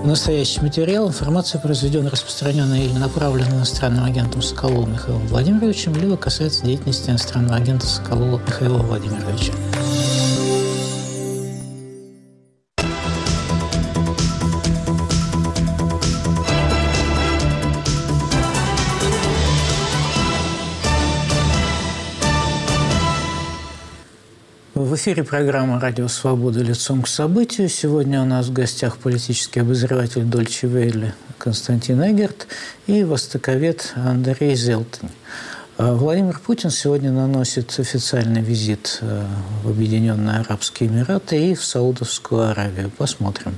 Настоящий материал, информация, произведенная, распространенная или направленная иностранным агентом Соколовым Михаилом Владимировичем, либо касается деятельности иностранного агента Соколова Михаила Владимировича. В эфире программа «Радио Свобода. Лицом к событию». Сегодня у нас в гостях политический обозреватель Deutsche Welle Константин Эггерт и востоковед Андрей Зелтень. Владимир Путин сегодня наносит официальный визит в Объединенные Арабские Эмираты и в Саудовскую Аравию. Посмотрим.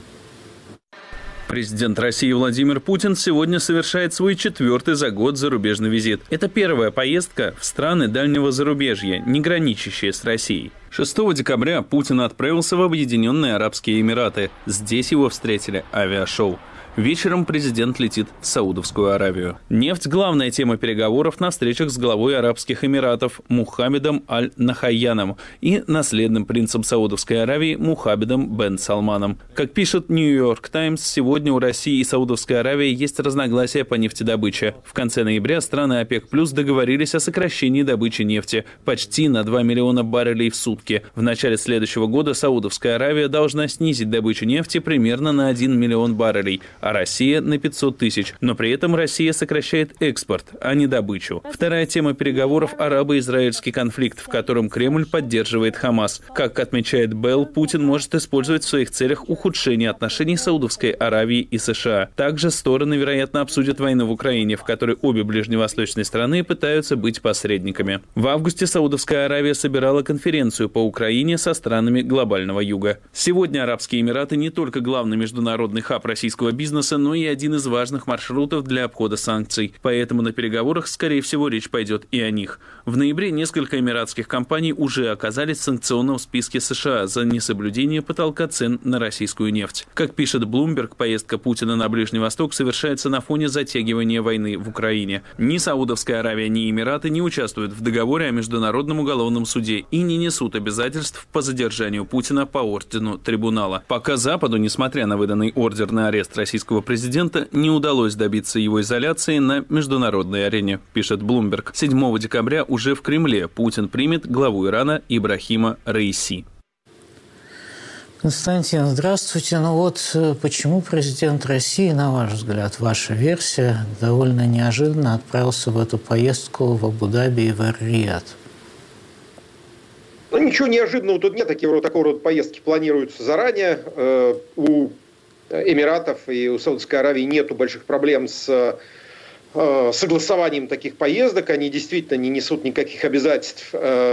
Президент России Владимир Путин сегодня совершает свой 4-й за год зарубежный визит. Это первая поездка в страны дальнего зарубежья, не граничащие с Россией. 6 декабря Путин отправился в Объединенные Арабские Эмираты. Здесь его встретили авиашоу. Вечером президент летит в Саудовскую Аравию. Нефть – главная тема переговоров на встречах с главой Арабских Эмиратов Мухаммедом Аль-Нахаяном и наследным принцем Саудовской Аравии Мухаммедом бен Салманом. Как пишет Нью-Йорк Таймс, сегодня у России и Саудовской Аравии есть разногласия по нефтедобыче. В конце ноября страны ОПЕК+ договорились о сокращении добычи нефти почти на 2 миллиона баррелей в сутки. В начале следующего года Саудовская Аравия должна снизить добычу нефти примерно на 1 миллион баррелей, а Россия на 500 тысяч. Но при этом Россия сокращает экспорт, а не добычу. Вторая тема переговоров – арабо-израильский конфликт, в котором Кремль поддерживает Хамас. Как отмечает Белл, Путин может использовать в своих целях ухудшение отношений Саудовской Аравии и США. Также стороны, вероятно, обсудят войну в Украине, в которой обе ближневосточные страны пытаются быть посредниками. В августе Саудовская Аравия собирала конференцию по Украине со странами глобального юга. Сегодня Арабские Эмираты не только главный международный хаб российского бизнеса, но и один из важных маршрутов для обхода санкций. Поэтому на переговорах, скорее всего, речь пойдет и о них. В ноябре несколько эмиратских компаний уже оказались в санкционном списке США за несоблюдение потолка цен на российскую нефть. Как пишет Bloomberg, поездка Путина на Ближний Восток совершается на фоне затягивания войны в Украине. Ни Саудовская Аравия, ни Эмираты не участвуют в договоре о Международном уголовном суде и не несут обязательств по задержанию Путина по ордену трибунала. Пока Западу, несмотря на выданный ордер на арест российского президента, не удалось добиться его изоляции на международной арене, пишет Bloomberg. 7 декабря уже в Кремле Путин примет главу Ирана Ибрахима Раиси. Константин, здравствуйте. Почему президент России, на ваш взгляд, ваша версия, довольно неожиданно отправился в эту поездку в Абу-Даби и в Эр-Рияд? Ничего неожиданного тут нет. Такого рода поездки планируются заранее. У Эмиратов и у Саудовской Аравии нету больших проблем с согласованием таких поездок. Они действительно не несут никаких обязательств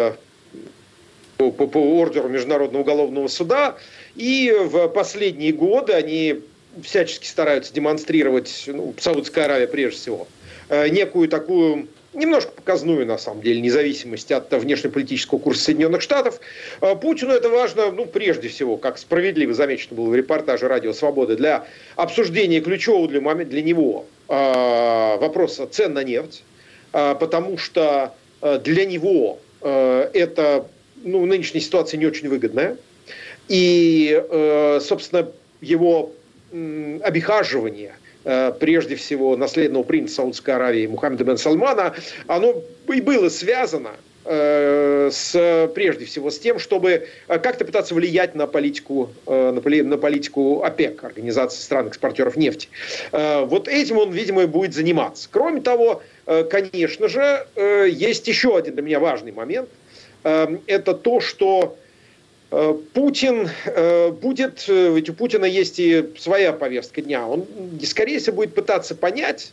по ордеру Международного уголовного суда. И в последние годы они всячески стараются демонстрировать, Саудовская Аравия прежде всего, некую такую немножко показную, на самом деле, независимость от внешнеполитического курса Соединенных Штатов. Путину это важно, прежде всего, как справедливо замечено было в репортаже «Радио Свобода», для обсуждения ключевого для него вопроса цен на нефть, потому что для него это, нынешняя ситуация не очень выгодная. И, собственно, его обихаживание прежде всего наследного принца Саудовской Аравии Мухаммеда бен Салмана, оно и было связано прежде всего с тем, чтобы как-то пытаться влиять на политику ОПЕК, Организации стран-экспортеров нефти. Вот этим он, видимо, будет заниматься. Кроме того, конечно же, есть еще один для меня важный момент. Это то, что Путин будет, ведь у Путина есть и своя повестка дня, он, скорее всего, будет пытаться понять,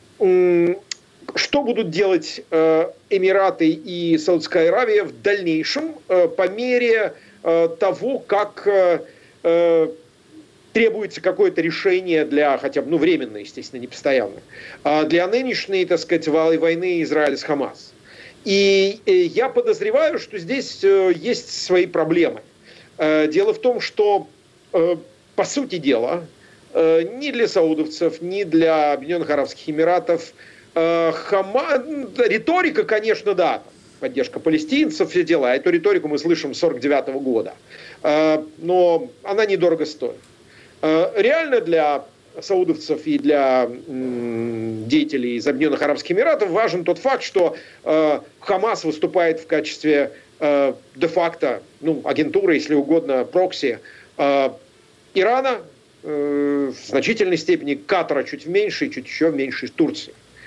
что будут делать Эмираты и Саудовская Аравия в дальнейшем по мере того, как требуется какое-то решение для, хотя бы, временное, естественно, не постоянное, для нынешней, войны Израиля с Хамас. И я подозреваю, что здесь есть свои проблемы. Дело в том, что, по сути дела, ни для саудовцев, ни для Объединенных Арабских Эмиратов риторика, конечно, да, поддержка палестинцев, все дела. Эту риторику мы слышим с 1949 года. Но она недорого стоит. Реально для саудовцев и для деятелей из Объединенных Арабских Эмиратов важен тот факт, что Хамас выступает в качестве де-факто, агентуры, если угодно, прокси Ирана, в значительной степени Катара чуть меньше, и чуть еще меньше Турции.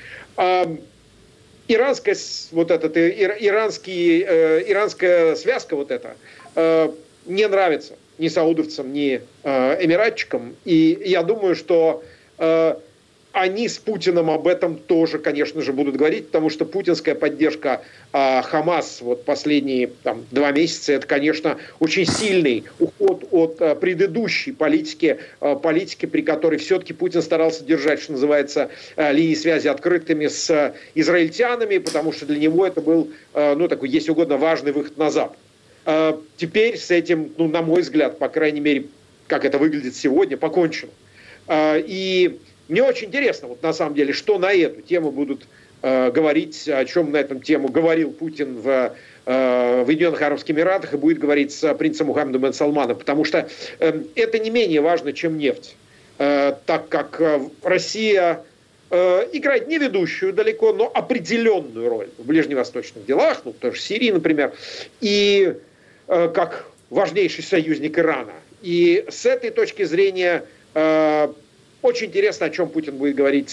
Иранская связка вот эта не нравится ни саудовцам, ни эмиратчикам. И я думаю, что они с Путиным об этом тоже, конечно же, будут говорить, потому что путинская поддержка Хамас последние 2 месяца, это, конечно, очень сильный уход от предыдущей политики, при которой все-таки Путин старался держать, что называется, линии связи открытыми с израильтянами, потому что для него это был, такой, если угодно, важный выход на Запад. Теперь с этим, на мой взгляд, по крайней мере, как это выглядит сегодня, покончено. И мне очень интересно, на самом деле, что на эту тему будут говорить, о чем на эту тему говорил Путин в Объединенных Арабских Эмиратах и будет говорить с принцем Мухаммедом бен Салманом, потому что это не менее важно, чем нефть, так как Россия играет не ведущую далеко, но определенную роль в ближневосточных делах, тоже в Сирии, например, и как важнейший союзник Ирана. И с этой точки зрения очень интересно, о чем Путин будет говорить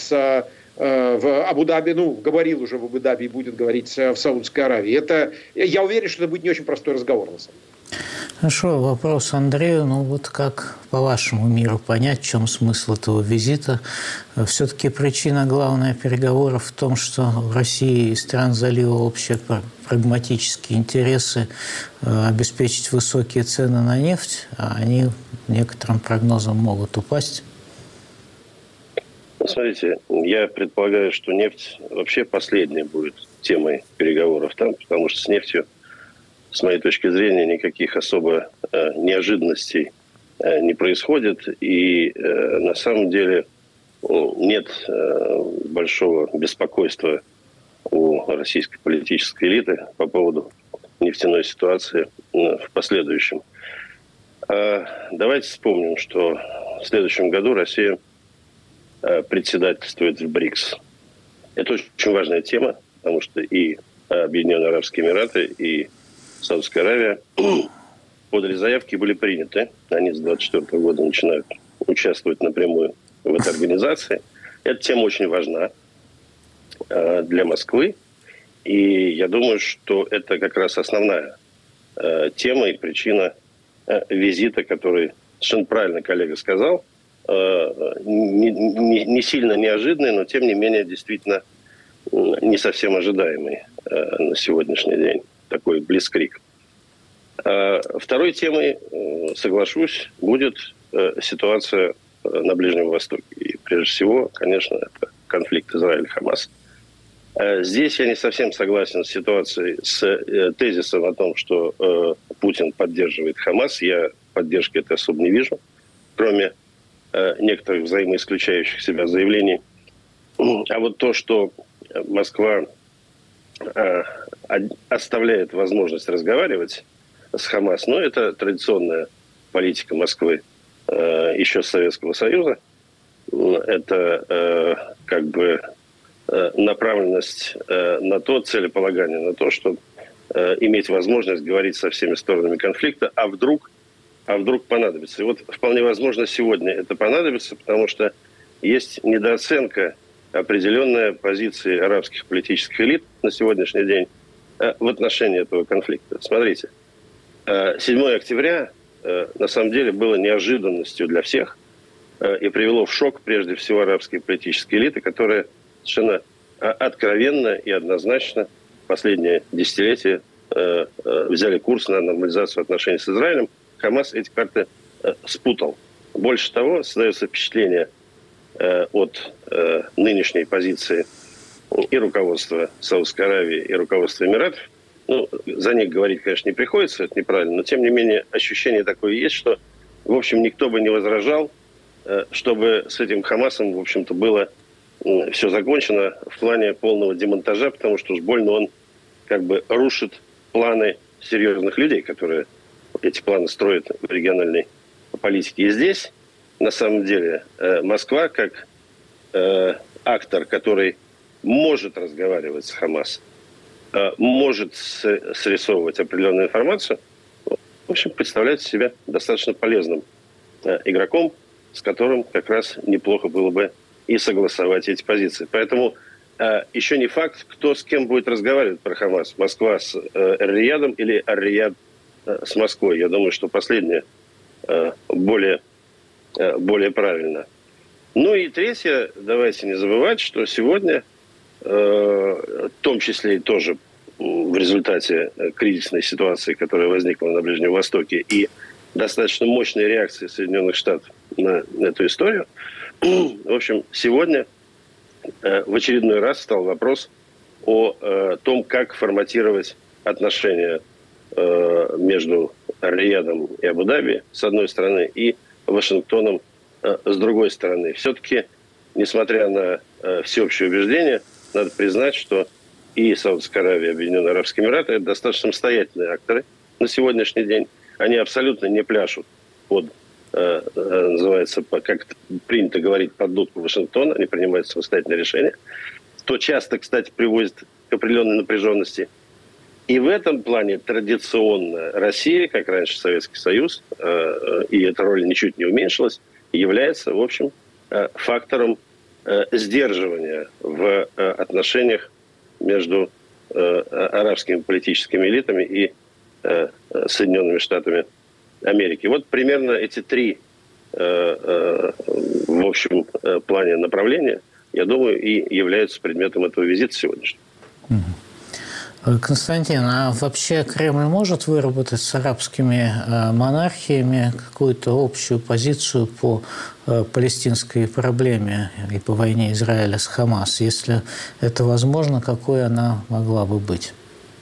в Абу-Даби, говорил уже в Абу-Даби и будет говорить в Саудовской Аравии. Я уверен, что это будет не очень простой разговор, на самом деле. Хорошо, вопрос Андрею. Как, по-вашему, миру понять, в чем смысл этого визита? Все-таки причина главная переговоров в том, что в России и стран залива общие прагматические интересы обеспечить высокие цены на нефть, а они некоторым прогнозам могут упасть. Смотрите, я предполагаю, что нефть вообще последняя будет темой переговоров там, потому что с нефтью, с моей точки зрения, никаких особо неожиданностей не происходит. И на самом деле нет большого беспокойства у российской политической элиты по поводу нефтяной ситуации в последующем. Давайте вспомним, что в следующем году Россия председательствует в БРИКС. Это очень важная тема, потому что и Объединенные Арабские Эмираты, и Саудовская Аравия подали заявки и были приняты. Они с 2024 года начинают участвовать напрямую в этой организации. Эта тема очень важна для Москвы. И я думаю, что это как раз основная тема и причина визита, который, совершенно правильно коллега сказал, не сильно неожиданный, но тем не менее действительно не совсем ожидаемый на сегодняшний день. Такой блицкриг. Второй темой, соглашусь, будет ситуация на Ближнем Востоке. И прежде всего, конечно, это конфликт Израиль-Хамас. Здесь я не совсем согласен с ситуацией, с тезисом о том, что Путин поддерживает Хамас. Я поддержки этой особо не вижу, кроме некоторых взаимоисключающих себя заявлений. А вот то, что Москва оставляет возможность разговаривать с Хамас, это традиционная политика Москвы еще с Советского Союза. Это направленность на то, целеполагание на то, чтобы иметь возможность говорить со всеми сторонами конфликта, а вдруг понадобится. И вполне возможно сегодня это понадобится, потому что есть недооценка определенной позиции арабских политических элит на сегодняшний день в отношении этого конфликта. Смотрите, 7 октября на самом деле было неожиданностью для всех и привело в шок прежде всего арабские политические элиты, которые совершенно откровенно и однозначно последние десятилетия взяли курс на нормализацию отношений с Израилем. Хамас эти карты спутал. Больше того, создается впечатление от нынешней позиции и руководства Саудовской Аравии, и руководства Эмиратов. За них говорить, конечно, не приходится, это неправильно, но тем не менее ощущение такое есть, что, в общем, никто бы не возражал, чтобы с этим Хамасом, в общем-то, было все закончено в плане полного демонтажа, потому что уж больно он рушит планы серьезных людей, которые эти планы строят в региональной политике. И здесь на самом деле Москва как актор, который может разговаривать с Хамас, может срисовывать определенную информацию, в общем, представляет себя достаточно полезным игроком, с которым как раз неплохо было бы и согласовать эти позиции. Поэтому еще не факт, кто с кем будет разговаривать про Хамас. Москва с Эр-Риядом или Эр-Рияд с Москвой. Я думаю, что последнее более правильно. Ну и третье, давайте не забывать, что сегодня, в том числе и тоже в результате кризисной ситуации, которая возникла на Ближнем Востоке, и достаточно мощной реакции Соединенных Штатов на эту историю, в общем, сегодня в очередной раз стал вопрос о том, как форматировать отношения между Эр-Риядом и Абу-Даби, с одной стороны, и Вашингтоном, с другой стороны. Все-таки, несмотря на всеобщее убеждение, надо признать, что и Саудовская Аравия, и Объединенные Арабские Эмираты – это достаточно самостоятельные акторы на сегодняшний день. Они абсолютно не пляшут под, называется, как принято говорить, под дудку Вашингтона. Они принимают самостоятельные решения. Что часто, кстати, приводит к определенной напряженности. И в этом плане традиционно Россия, как раньше Советский Союз, и эта роль ничуть не уменьшилась, является, в общем, фактором сдерживания в отношениях между арабскими политическими элитами и Соединенными Штатами Америки. Вот примерно эти три, в общем, плане направления, я думаю, и являются предметом этого визита сегодняшнего. Константин, а вообще Кремль может выработать с арабскими монархиями какую-то общую позицию по палестинской проблеме и по войне Израиля с Хамас? Если это возможно, какой она могла бы быть?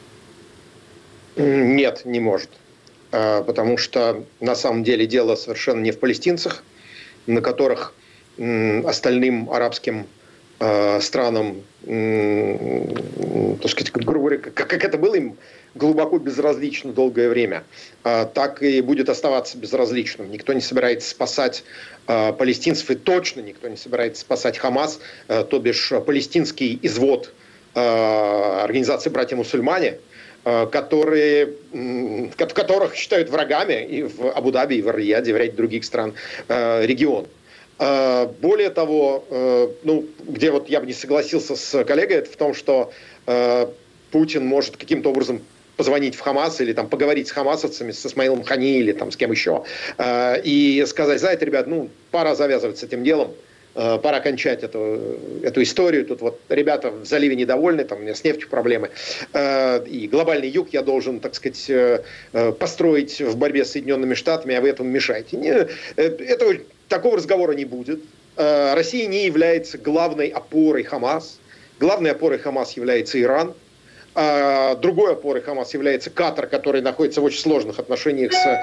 Нет, не может. Потому что на самом деле дело совершенно не в палестинцах, на которых остальным арабским странам, так сказать, грубо говоря, как это было им глубоко безразлично долгое время, так и будет оставаться безразличным. Никто не собирается спасать палестинцев, и точно никто не собирается спасать Хамас, то бишь палестинский извод организации «Братья-мусульмане», которых считают врагами и в Абу-Даби, и в Эр-Рияде, и в ряде других стран региона. Более того, где вот я бы не согласился с коллегой, это в том, что Путин может каким-то образом позвонить в Хамас или там поговорить с хамасовцами, с Исмаилом Хани или там с кем еще, и сказать: знаете, ребят, пора завязывать с этим делом, пора кончать эту историю. Тут вот ребята в заливе недовольны, там у меня с нефтью проблемы. И глобальный юг я должен, так сказать, построить в борьбе с Соединенными Штатами, а вы этому мешаете. Такого разговора не будет. Россия не является главной опорой Хамас. Главной опорой Хамас является Иран. Другой опорой Хамас является Катар, который находится в очень сложных отношениях с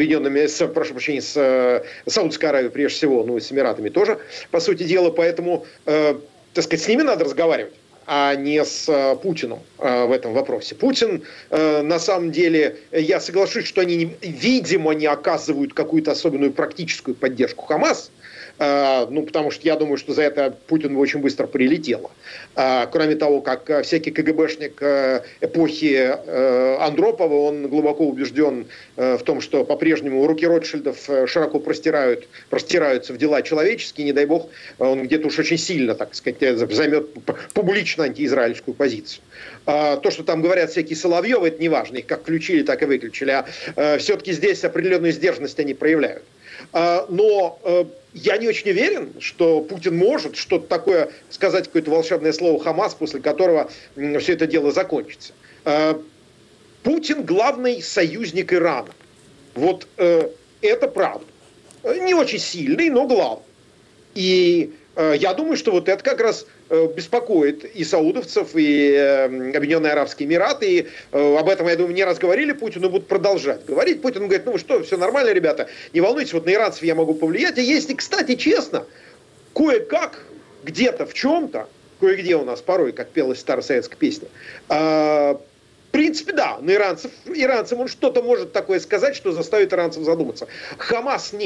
с Саудовской Аравией прежде всего, и с Эмиратами тоже, по сути дела. Поэтому, так сказать, с ними надо разговаривать, а не с Путиным в этом вопросе. Путин, на самом деле, я соглашусь, что они, видимо, не оказывают какую-то особенную практическую поддержку Хамас, потому что я думаю, что за это Путину очень быстро прилетело. Кроме того, как всякий КГБшник эпохи Андропова, он глубоко убежден в том, что по-прежнему руки Ротшильдов широко простираются в дела человеческие, не дай бог, он где-то уж очень сильно, так сказать, займет публично антиизраильскую позицию. То, что там говорят всякие Соловьевы, это не важно, их как включили, так и выключили, а все-таки здесь определенную сдержанность они проявляют. Но я не очень уверен, что Путин может что-то такое сказать, какое-то волшебное слово Хамас, после которого все это дело закончится. Путин главный союзник Ирана. Вот это правда. Не очень сильный, но главный. И я думаю, что вот это как раз беспокоит и саудовцев, и Объединенные Арабские Эмираты. И об этом, я думаю, не раз говорили Путину, будут продолжать говорить. Путин говорит: все нормально, ребята, не волнуйтесь, вот на иранцев я могу повлиять. И если, кстати, честно, кое-как, где-то, в чем-то, кое-где у нас порой, как пелась старая советская песня, в принципе, да, на иранцам он что-то может такое сказать, что заставит иранцев задуматься. Хамас нет.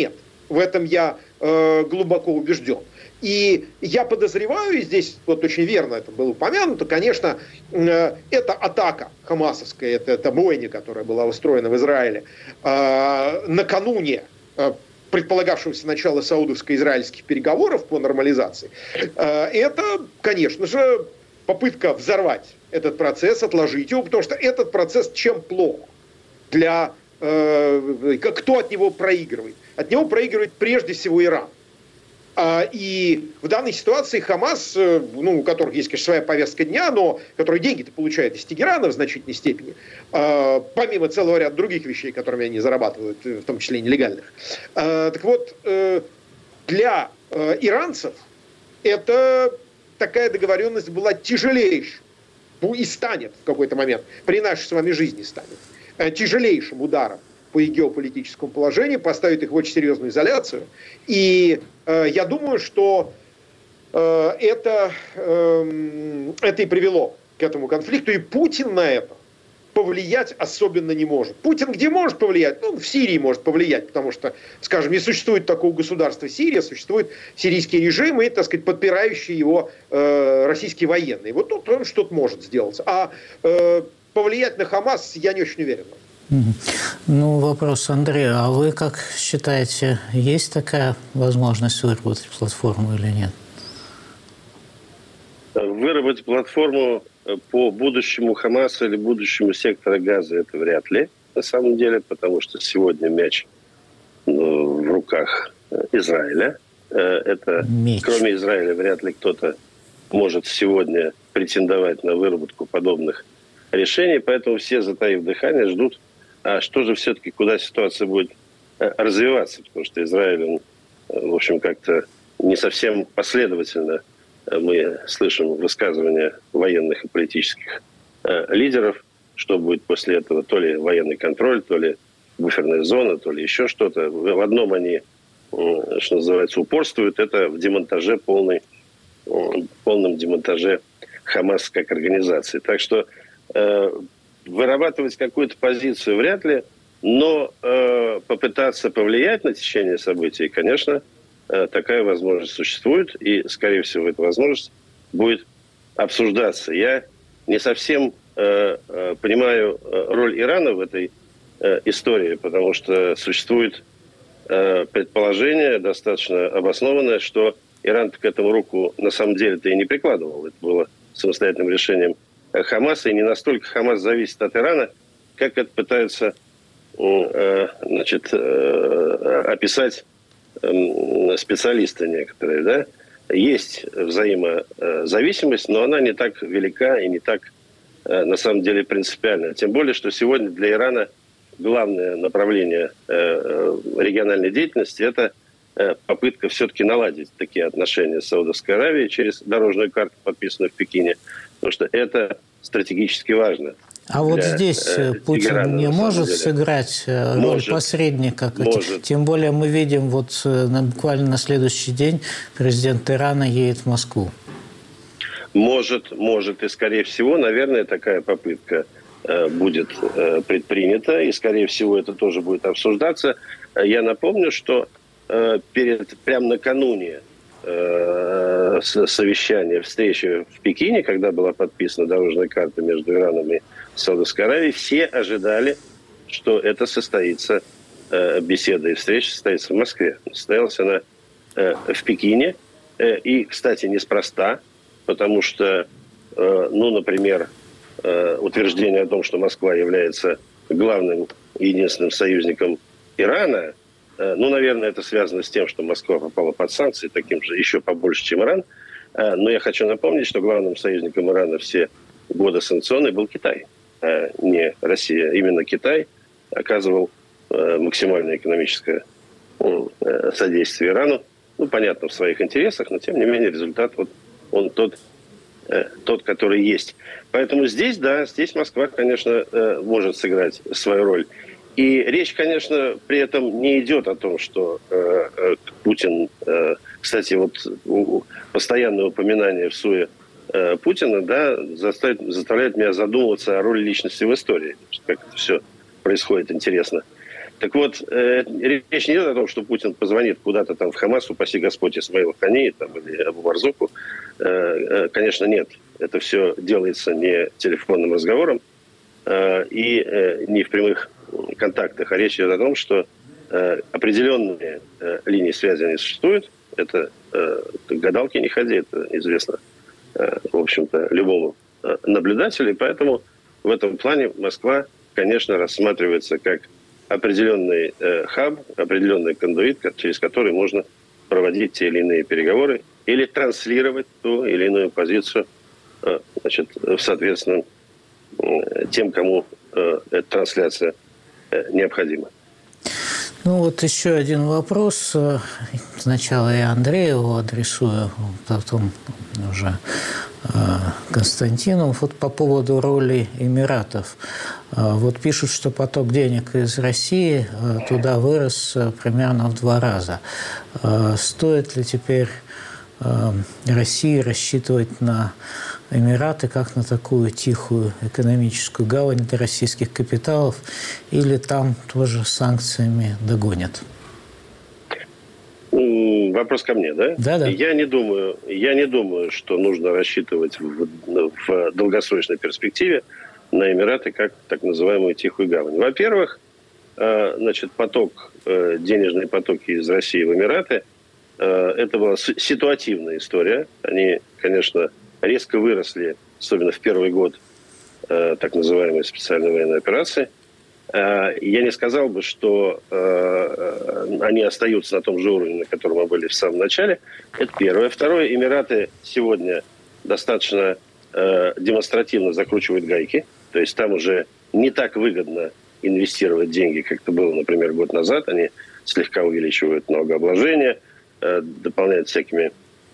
В этом я глубоко убежден. И я подозреваю, и здесь вот очень верно это было упомянуто, конечно, эта атака хамасовская, это бойня, которая была устроена в Израиле накануне предполагавшегося начала саудовско-израильских переговоров по нормализации, это, конечно же, попытка взорвать этот процесс, отложить его, потому что этот процесс чем плох для... Кто от него проигрывает? От него проигрывает прежде всего Иран. И в данной ситуации Хамас, у которых есть, конечно, своя повестка дня, но которые деньги-то получают из Тегерана в значительной степени, помимо целого ряда других вещей, которыми они зарабатывают, в том числе и нелегальных. Так вот, для иранцев эта такая договоренность была тяжелейшей, и станет в какой-то момент, при нашей с вами жизни станет, тяжелейшим ударом по их геополитическому положению, поставит их в очень серьезную изоляцию. И я думаю, что это и привело к этому конфликту. И Путин на это повлиять особенно не может. Путин где может повлиять? В Сирии может повлиять, потому что, скажем, не существует такого государства Сирия, существует сирийский режим и, так сказать, подпирающие его российские военные. Вот тут он что-то может сделать. А повлиять на Хамас я не очень уверен. Вопрос Андрею. А вы как считаете, есть такая возможность выработать платформу или нет? Выработать платформу по будущему Хамаса или будущему сектора Газа — это вряд ли, на самом деле, потому что сегодня мяч в руках Израиля. Это, кроме Израиля, вряд ли кто-то может сегодня претендовать на выработку подобных решений, поэтому все, затаив дыхание, ждут, а что же все-таки, куда ситуация будет развиваться, потому что Израиль, он, в общем, как-то не совсем последовательно мы слышим высказывания военных и политических лидеров, что будет после этого, то ли военный контроль, то ли буферная зона, то ли еще что-то. В одном они, что называется, упорствуют, это в демонтаже, полном демонтаже Хамас как организации. Так что вырабатывать какую-то позицию вряд ли, но попытаться повлиять на течение событий, конечно, такая возможность существует, и, скорее всего, эта возможность будет обсуждаться. Я не совсем понимаю роль Ирана в этой истории, потому что существует предположение, достаточно обоснованное, что Иран к этому руку на самом деле-то и не прикладывал. Это было самостоятельным решением Хамаса, и не настолько Хамас зависит от Ирана, как это пытаются описать специалисты некоторые. Да? Есть взаимозависимость, но она не так велика и не так на самом деле принципиальна. Тем более, что сегодня для Ирана главное направление региональной деятельности – это попытка все-таки наладить такие отношения с Саудовской Аравией через дорожную карту, подписанную в Пекине, потому что это стратегически важно. А вот здесь Путин Тегерана, не может сыграть роль посредника? Может. Тем более мы видим, буквально на следующий день президент Ирана едет в Москву. Может. И, скорее всего, наверное, такая попытка будет предпринята. И, скорее всего, это тоже будет обсуждаться. Я напомню, что прямо накануне совещания, встречи в Пекине, когда была подписана дорожная карта между Ираном и Саудовской Аравией, все ожидали, что это состоится, беседа и встреча состоится в Москве. Состоялась она в Пекине. И, кстати, неспроста, потому что, например, утверждение о том, что Москва является главным и единственным союзником Ирана, наверное, это связано с тем, что Москва попала под санкции, таким же еще побольше, чем Иран. Но я хочу напомнить, что главным союзником Ирана все годы санкционные был Китай, а не Россия. Именно Китай оказывал максимальное экономическое содействие Ирану. Понятно, в своих интересах, но, тем не менее, результат он тот, который есть. Поэтому здесь Москва, конечно, может сыграть свою роль. И речь, конечно, при этом не идет о том, что Путин... Кстати, постоянное упоминание в СУЕ Путина заставляет меня задумываться о роли личности в истории. Как это все происходит интересно. Так вот, речь не идет о том, что Путин позвонит куда-то там в Хамас, упаси Господь, Исмаила Хании там, или Абу Марзуку. Конечно, нет. Это все делается не телефонным разговором и не в прямых контактах. А речь идет о том, что определенные линии связи они существуют. Это к гадалке не ходи, это известно, в общем-то, любому наблюдателю. И поэтому в этом плане Москва, конечно, рассматривается как определенный хаб, определенный кондуит, через который можно проводить те или иные переговоры или транслировать ту или иную позицию, значит, соответственно, тем, кому эта трансляция необходима. Ну вот еще один вопрос. Сначала я Андрееву адресую, потом уже Константину. Вот по поводу роли Эмиратов. Вот пишут, что поток денег из России туда вырос примерно в 2 раза. Стоит ли теперь России рассчитывать на Эмираты как на такую тихую экономическую гавань для российских капиталов, или там тоже санкциями догонят? Вопрос ко мне, да? Да. Я не думаю, что нужно рассчитывать в долгосрочной перспективе на Эмираты как так называемую тихую гавань. Во-первых, значит, денежные потоки из России в Эмираты, это была ситуативная история. Они, конечно, резко выросли, особенно в первый год так называемой специальной военной операции. Я не сказал бы, что они остаются на том же уровне, на котором мы были в самом начале. Это первое. Второе, Эмираты сегодня достаточно демонстративно закручивают гайки. То есть там уже не так выгодно инвестировать деньги, как это было, например, год назад. Они слегка увеличивают налогообложение, дополняют всякими,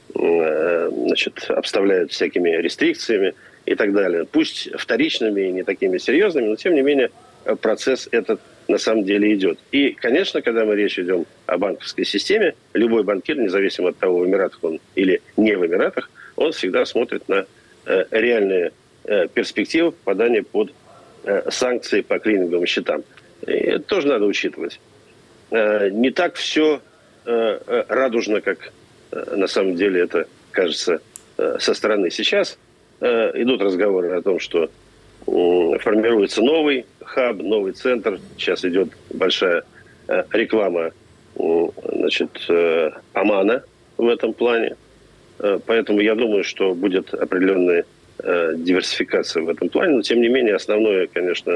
значит, обставляют всякими рестрикциями и так далее. Пусть вторичными и не такими серьезными, но тем не менее процесс этот на самом деле идет. И, конечно, когда мы речь идем о банковской системе, любой банкир, независимо от того, в Эмиратах он или не в Эмиратах, он всегда смотрит на реальные перспективы попадания под санкции по клиринговым счетам. И это тоже надо учитывать. Не так все радужно, как на самом деле это кажется со стороны. Сейчас идут разговоры о том, что формируется новый хаб, новый центр. Сейчас идет большая реклама, значит, Омана в этом плане. Поэтому я думаю, что будет определенная диверсификация в этом плане. Но, тем не менее, основное, конечно,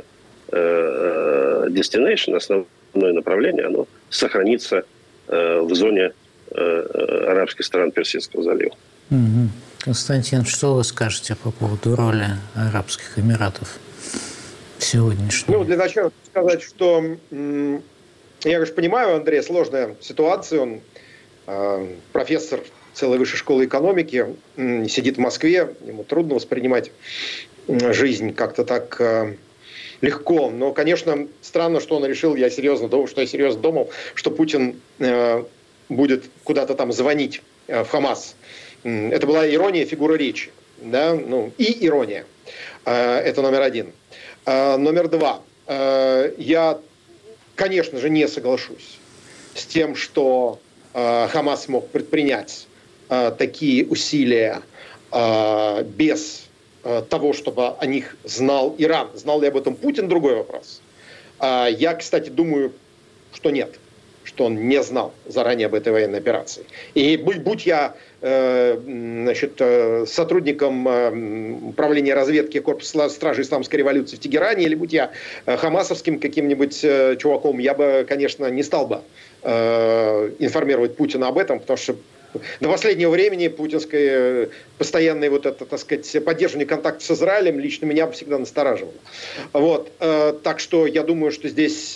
destination, основное направление, оно сохранится в зоне арабских стран Персидского залива. Угу. Константин, что вы скажете по поводу роли Арабских Эмиратов сегодняшней? Ну, для начала сказать, что я, конечно, понимаю, Андрей, сложная ситуация. Он профессор целой высшей школы экономики, сидит в Москве, ему трудно воспринимать жизнь как-то так легко. Но, конечно, странно, что он решил, я серьезно думал, что Путин будет куда-то там звонить в Хамас. Это была ирония фигуры речи. Да? Ну, и ирония. Это номер один. Номер два. Я, конечно же, не соглашусь с тем, что Хамас мог предпринять такие усилия без того, чтобы о них знал Иран. Знал ли об этом Путин, другой вопрос. Я, кстати, думаю, что нет, что он не знал заранее об этой военной операции. И будь я значит, сотрудником управления разведки Корпуса стражи Исламской революции в Тегеране, или будь я хамасовским каким-нибудь чуваком, я бы, конечно, не стал бы информировать Путина об этом, потому что до последнего времени путинское постоянное вот это, так сказать, поддерживание контакта с Израилем лично меня всегда настораживало. Вот. Так что я думаю, что здесь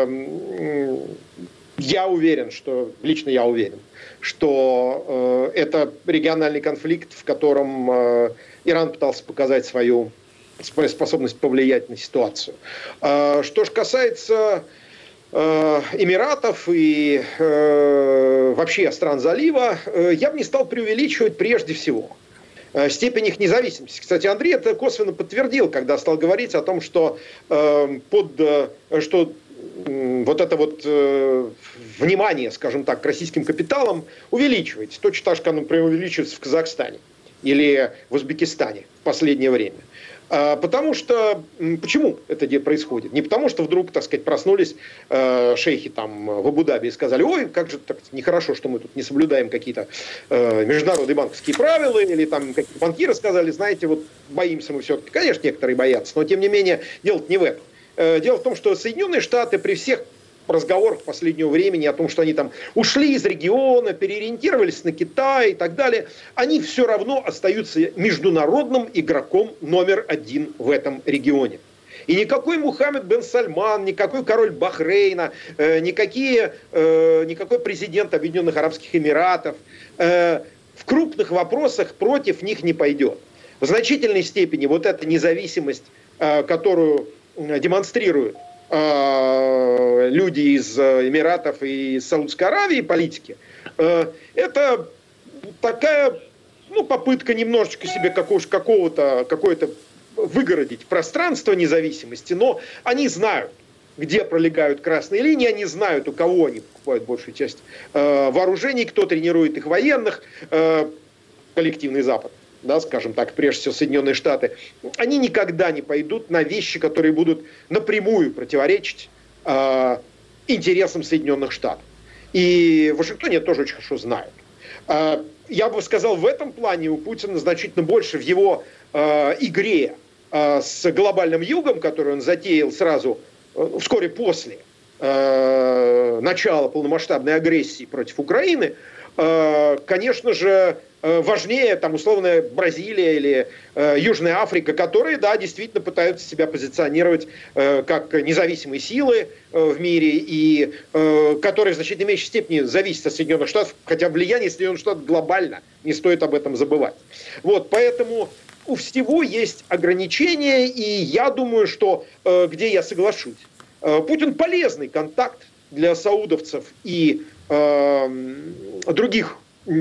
я уверен, лично я уверен, что это региональный конфликт, в котором Иран пытался показать свою способность повлиять на ситуацию. Что же касается Эмиратов и вообще стран залива, я бы не стал преувеличивать прежде всего степень их независимости. Кстати, Андрей это косвенно подтвердил, когда стал говорить о том, что вот это вот внимание, скажем так, к российским капиталам увеличивается. Точно так же, как оно увеличивается в Казахстане или в Узбекистане в последнее время. Потому что, почему это происходит? Не потому, что вдруг, так сказать, проснулись шейхи там в Абу-Даби и сказали: ой, как же так нехорошо, что мы тут не соблюдаем какие-то международные банковские правила, или там какие-то банкиры сказали: знаете, вот боимся мы все-таки. Конечно, некоторые боятся, но тем не менее дело не в этом. Дело в том, что Соединенные Штаты при всех разговорах последнего времени о том, что они там ушли из региона, переориентировались на Китай и так далее, они все равно остаются международным игроком номер один в этом регионе. И никакой Мухаммед бен Сальман, никакой король Бахрейна, никакой президент Объединенных Арабских Эмиратов в крупных вопросах против них не пойдет. В значительной степени вот эта независимость, которую демонстрируют люди из Эмиратов и из Саудовской Аравии, политики, это такая попытка немножечко себе какое-то выгородить пространство независимости, но они знают, где пролегают красные линии, они знают, у кого они покупают большую часть вооружений, кто тренирует их военных, коллективный Запад. Да, скажем так, прежде всего Соединенные Штаты, они никогда не пойдут на вещи, которые будут напрямую противоречить интересам Соединенных Штатов. И в Вашингтоне это тоже очень хорошо знают. Я бы сказал, в этом плане у Путина значительно больше в его игре с глобальным югом, которую он затеял сразу, вскоре после начала полномасштабной агрессии против Украины, конечно же, важнее там условная Бразилия или Южная Африка, которые, да, действительно пытаются себя позиционировать как независимые силы в мире и которые в значительно меньшей степени зависят от Соединенных Штатов, хотя влияние Соединенных Штатов глобально, не стоит об этом забывать. Вот, поэтому у всего есть ограничения, и я думаю, что, где я соглашусь, Путин полезный контакт для саудовцев и других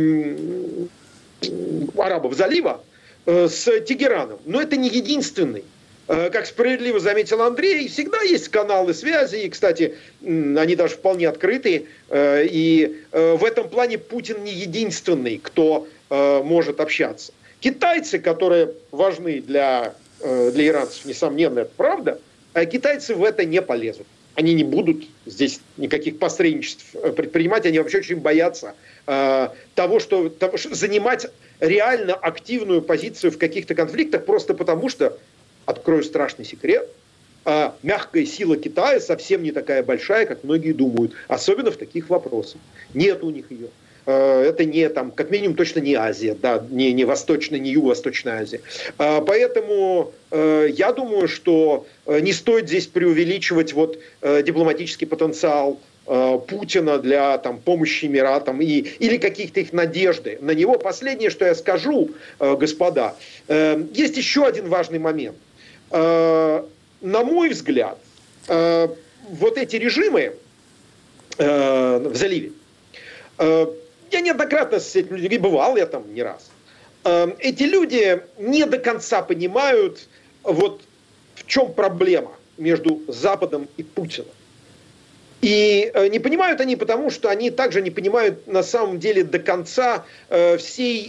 арабов залива с Тегераном. Но это не единственный. Как справедливо заметил Андрей, всегда есть каналы связи, и, кстати, они даже вполне открытые. И в этом плане Путин не единственный, кто может общаться. Китайцы, которые важны для иранцев, несомненно, это правда, а китайцы в это не полезут. Они не будут здесь никаких посредничеств предпринимать, они вообще очень боятся того, что занимать реально активную позицию в каких-то конфликтах, просто потому что, открою страшный секрет, мягкая сила Китая совсем не такая большая, как многие думают, особенно в таких вопросах. Нет у них ее. Это не там, как минимум, точно не Азия, да, не Восточная, не Юго-Восточная Азия. Поэтому я думаю, что не стоит здесь преувеличивать вот дипломатический потенциал Путина для там, помощи Эмиратам или каких-то их надежды на него. Последнее, что я скажу, господа, есть еще один важный момент. На мой взгляд, вот эти режимы в заливе, я неоднократно с этими людьми бывал, я там не раз. Эти люди не до конца понимают, вот в чем проблема между Западом и Путиным. И не понимают они потому, что они также не понимают на самом деле до конца всей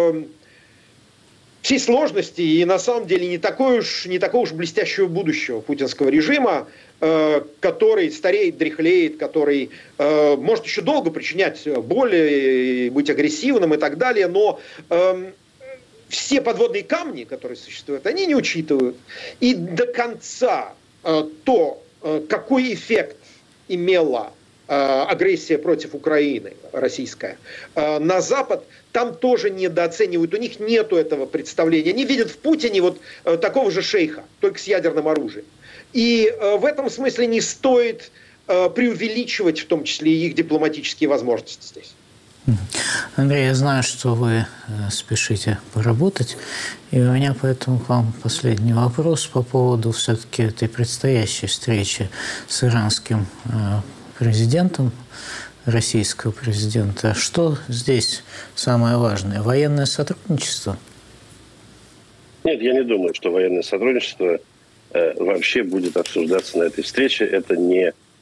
сложности и на самом деле не такого уж блестящего будущего путинского режима, который стареет, дряхлеет, который может еще долго причинять боль, быть агрессивным и так далее, но все подводные камни, которые существуют, они не учитывают. И до конца то, какой эффект имела агрессия против Украины российская на Запад, там тоже недооценивают. У них нету этого представления. Они видят в Путине вот такого же шейха, только с ядерным оружием. И в этом смысле не стоит преувеличивать в том числе и их дипломатические возможности здесь. Андрей, я знаю, что вы спешите поработать, и у меня поэтому к вам последний вопрос по поводу все-таки этой предстоящей встречи с иранским президентом, российского президента. Что здесь самое важное? Военное сотрудничество? Нет, я не думаю, что военное сотрудничество вообще будет обсуждаться на этой встрече. Это не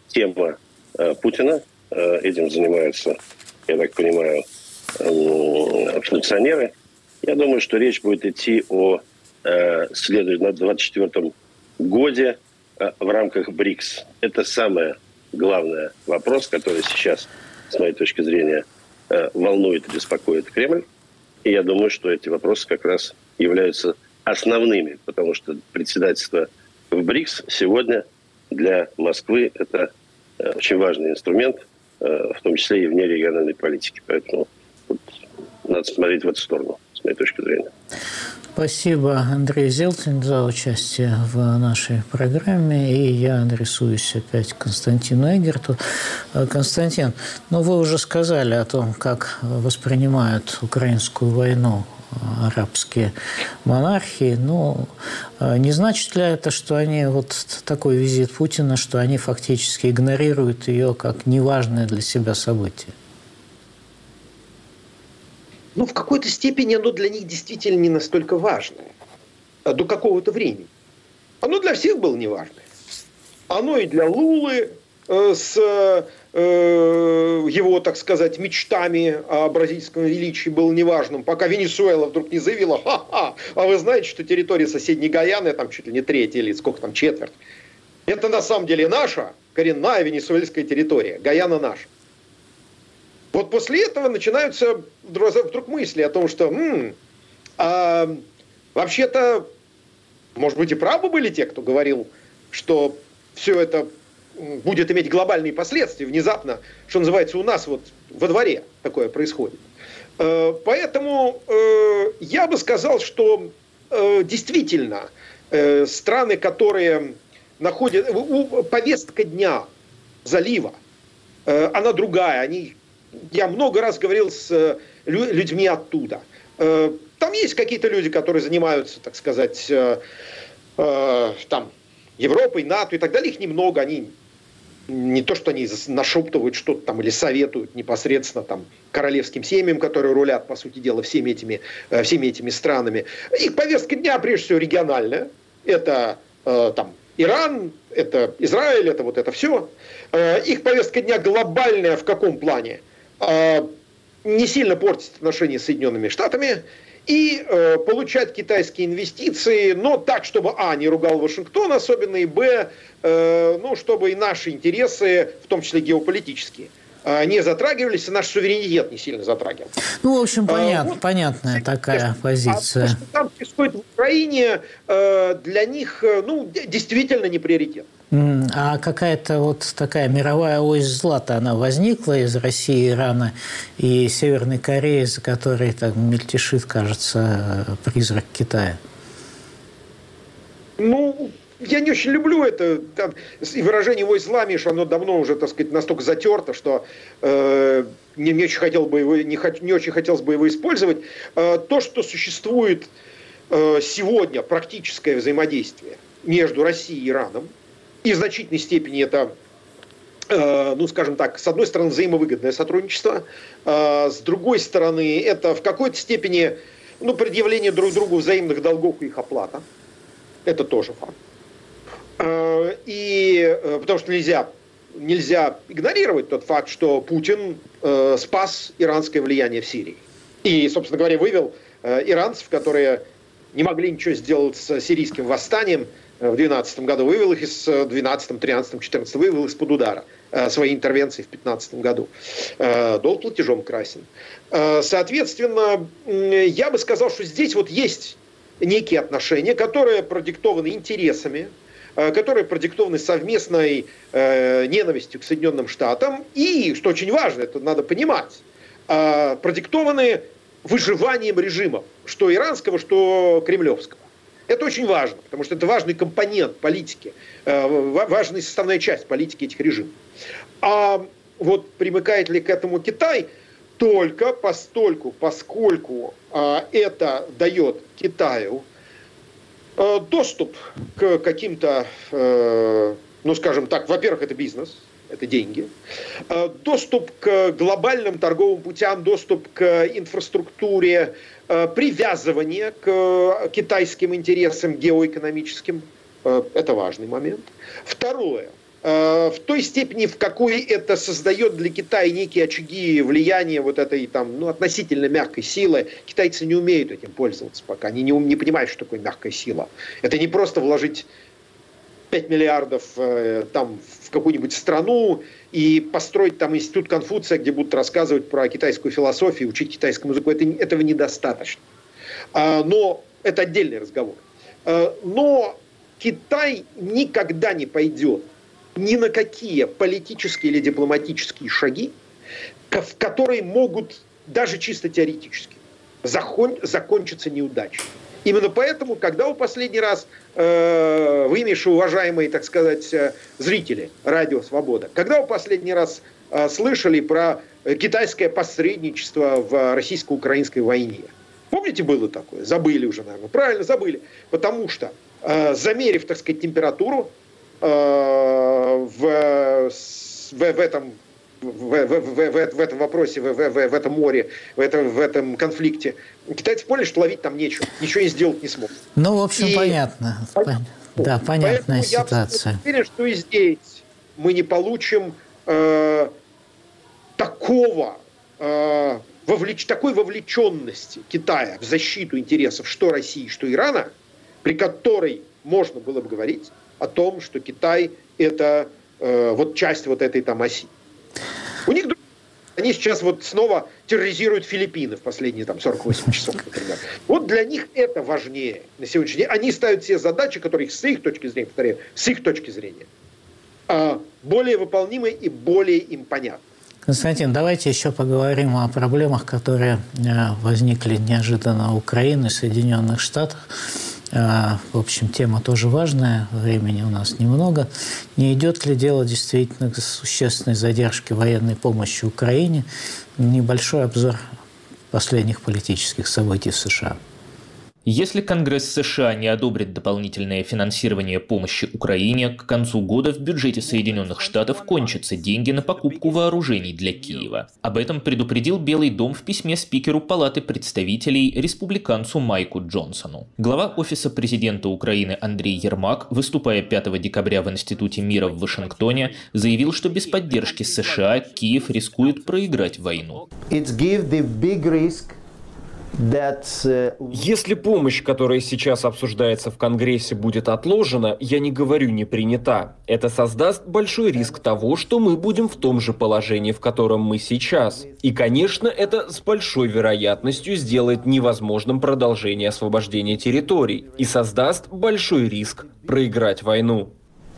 тема Путина. Этим занимаются, я так понимаю, функционеры. Я думаю, что речь будет идти о следующем, на 2024 годе в рамках БРИКС. Это самый главный вопрос, который сейчас, с моей точки зрения, волнует и беспокоит Кремль. И я думаю, что эти вопросы как раз являются основными, потому что председательство в БРИКС сегодня для Москвы – это очень важный инструмент, в том числе и вне региональной политики. Поэтому надо смотреть в эту сторону, с моей точки зрения. Спасибо, Андрей Зелтин, за участие в нашей программе. И я адресуюсь опять к Константину Эггерту. Константин, вы уже сказали о том, как воспринимают украинскую войну арабские монархии. Не значит ли это, что они, такой визит Путина, что они фактически игнорируют ее как неважное для себя событие? В какой-то степени оно для них действительно не настолько важное. До какого-то времени. Оно для всех было неважное. Оно и для Лулы с его, так сказать, мечтами о бразильском величии было неважным, пока Венесуэла вдруг не заявила: ха-ха, а вы знаете, что территория соседней Гаяны, там чуть ли не треть или сколько там, четверть, это на самом деле наша коренная венесуэльская территория. Гаяна наша. Вот после этого начинаются вдруг мысли о том, что вообще-то, может быть, и правы были те, кто говорил, что все это будет иметь глобальные последствия. Внезапно, что называется, у нас во дворе такое происходит. Поэтому я бы сказал, что действительно страны, которые находят... Повестка дня залива, она другая. Я много раз говорил с людьми оттуда. Там есть какие-то люди, которые занимаются, так сказать, Европой, НАТО и так далее. Их немного. Они не то, что они нашептывают что-то там или советуют непосредственно королевским семьям, которые рулят, по сути дела, всеми этими странами. Их повестка дня, прежде всего, региональная. Это Иран, это Израиль, это все. Их повестка дня глобальная в каком плане? Не сильно портить отношения с Соединенными Штатами и получать китайские инвестиции, но так, чтобы не ругал Вашингтон особенно, и чтобы и наши интересы, в том числе геополитические, не затрагивались, и наш суверенитет не сильно затрагивал. В общем, понятная такая позиция. А то, что там происходит в Украине, для них, действительно не приоритет. А какая-то такая мировая ось зла-то, она возникла из России, Ирана и Северной Кореи, за которой мельтешит, кажется, призрак Китая? Я не очень люблю это. И выражение ось зла, Миша, оно давно уже, так сказать, настолько затерто, что не очень хотелось бы его использовать. То, что существует сегодня практическое взаимодействие между Россией и Ираном, и в значительной степени это, скажем так, с одной стороны, взаимовыгодное сотрудничество, с другой стороны, это в какой-то степени предъявление друг другу взаимных долгов и их оплата. Это тоже факт. Потому что нельзя игнорировать тот факт, что Путин спас иранское влияние в Сирии. И, собственно говоря, вывел иранцев, которые не могли ничего сделать с сирийским восстанием в 2012 году, вывел их из 2012, 13, 14, вывел из-под удара своей интервенции в 2015 году. Долг платежом красен. Соответственно, я бы сказал, что здесь есть некие отношения, которые продиктованы интересами, которые продиктованы совместной ненавистью к Соединенным Штатам и, что очень важно, это надо понимать, продиктованы выживанием режимов, что иранского, что кремлевского. Это очень важно, потому что это важный компонент политики, важная составная часть политики этих режимов. А примыкает ли к этому Китай? Только поскольку это дает Китаю доступ к каким-то, скажем так, во-первых, это бизнес, это деньги, доступ к глобальным торговым путям, доступ к инфраструктуре, привязывание к китайским интересам геоэкономическим, это важный момент. Второе, в той степени, в какой это создает для Китая некие очаги влияния вот этой там, относительно мягкой силы. Китайцы не умеют этим пользоваться пока. Они не понимают, что такое мягкая сила. Это не просто вложить 5 миллиардов там, в какую-нибудь страну и построить там институт Конфуция, где будут рассказывать про китайскую философию, учить китайскому языку. Этого недостаточно. Но это отдельный разговор. Но Китай никогда не пойдет ни на какие политические или дипломатические шаги, в которые могут даже чисто теоретически закончиться неудачей. Именно поэтому, когда в последний раз вы, Миша, уважаемые, так сказать, зрители радио «Свобода», когда в последний раз слышали про китайское посредничество в российско-украинской войне? Помните, было такое? Забыли уже, наверное. Правильно, забыли. Потому что, замерив, так сказать, температуру в этом вопросе, в этом море, в этом конфликте, китайцы поняли, что ловить там нечего. Ничего не сделать не смогут. Ну, в общем, понятно. Да, понятная ситуация. Я уверен, что и здесь мы не получим такой вовлеченности Китая в защиту интересов что России, что Ирана, при которой можно было бы говорить о том, что Китай – это часть вот этой там оси. У них они сейчас вот снова терроризируют Филиппины в последние там 48 часов, например. Вот для них это важнее на сегодняшний день. Они ставят себе задачи, которые с их точки зрения, повторяю, с их точки зрения, более выполнимы и более им понятны. Константин, давайте еще поговорим о проблемах, которые возникли неожиданно у Украины, Соединенных Штатов. В общем, тема тоже важная, времени у нас немного. Не идет ли дело действительно к существенной задержке военной помощи Украине? Небольшой обзор последних политических событий в США. Если Конгресс США не одобрит дополнительное финансирование помощи Украине, к концу года в бюджете Соединенных Штатов кончатся деньги на покупку вооружений для Киева. Об этом предупредил Белый дом в письме спикеру Палаты представителей, республиканцу Майку Джонсону. Глава Офиса президента Украины Андрей Ермак, выступая 5 декабря в Институте мира в Вашингтоне, заявил, что без поддержки США Киев рискует проиграть войну. Если помощь, которая сейчас обсуждается в Конгрессе, будет отложена, я не говорю не принята. Это создаст большой риск того, что мы будем в том же положении, в котором мы сейчас. И, конечно, это с большой вероятностью сделает невозможным продолжение освобождения территорий и создаст большой риск проиграть войну.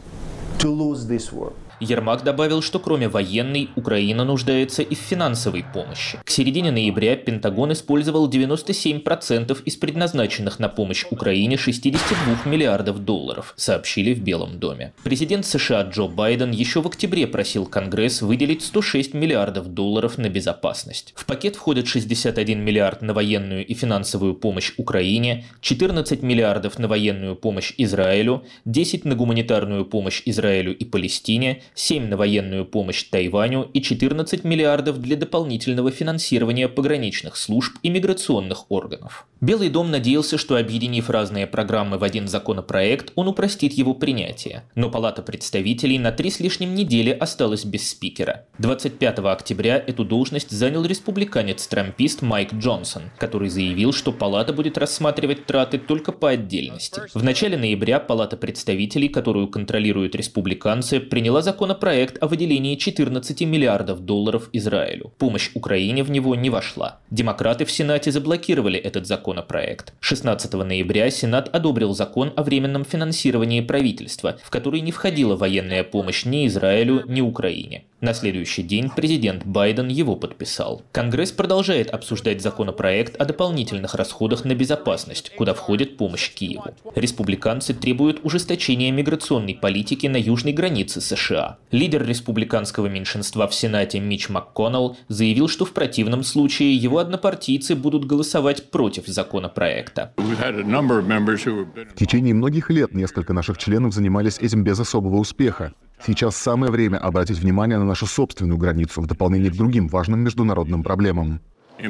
Ермак добавил, что кроме военной, Украина нуждается и в финансовой помощи. К середине ноября Пентагон использовал 97% из предназначенных на помощь Украине 62 миллиардов долларов, сообщили в Белом доме. Президент США Джо Байден еще в октябре просил Конгресс выделить 106 миллиардов долларов на безопасность. В пакет входят 61 миллиард на военную и финансовую помощь Украине, 14 миллиардов на военную помощь Израилю, 10 на гуманитарную помощь Израилю и Палестине, 7 на военную помощь Тайваню и 14 миллиардов для дополнительного финансирования пограничных служб и миграционных органов. Белый дом надеялся, что, объединив разные программы в один законопроект, он упростит его принятие. Но Палата представителей на 3 с лишним недели осталась без спикера. 25 октября эту должность занял республиканец-трампист Майк Джонсон, который заявил, что Палата будет рассматривать траты только по отдельности. В начале ноября Палата представителей, которую контролируют республиканцы, приняла законопроект о выделении 14 миллиардов долларов Израилю. Помощь Украине в него не вошла. Демократы в Сенате заблокировали этот законопроект. 16 ноября Сенат одобрил закон о временном финансировании правительства, в который не входила военная помощь ни Израилю, ни Украине. На следующий день президент Байден его подписал. Конгресс продолжает обсуждать законопроект о дополнительных расходах на безопасность, куда входит помощь Киеву. Республиканцы требуют ужесточения миграционной политики на южной границе США. Лидер республиканского меньшинства в Сенате Митч МакКоннелл заявил, что в противном случае его однопартийцы будут голосовать против законопроекта. В течение многих лет несколько наших членов занимались этим без особого успеха. Сейчас самое время обратить внимание на нашу собственную границу в дополнение к другим важным международным проблемам.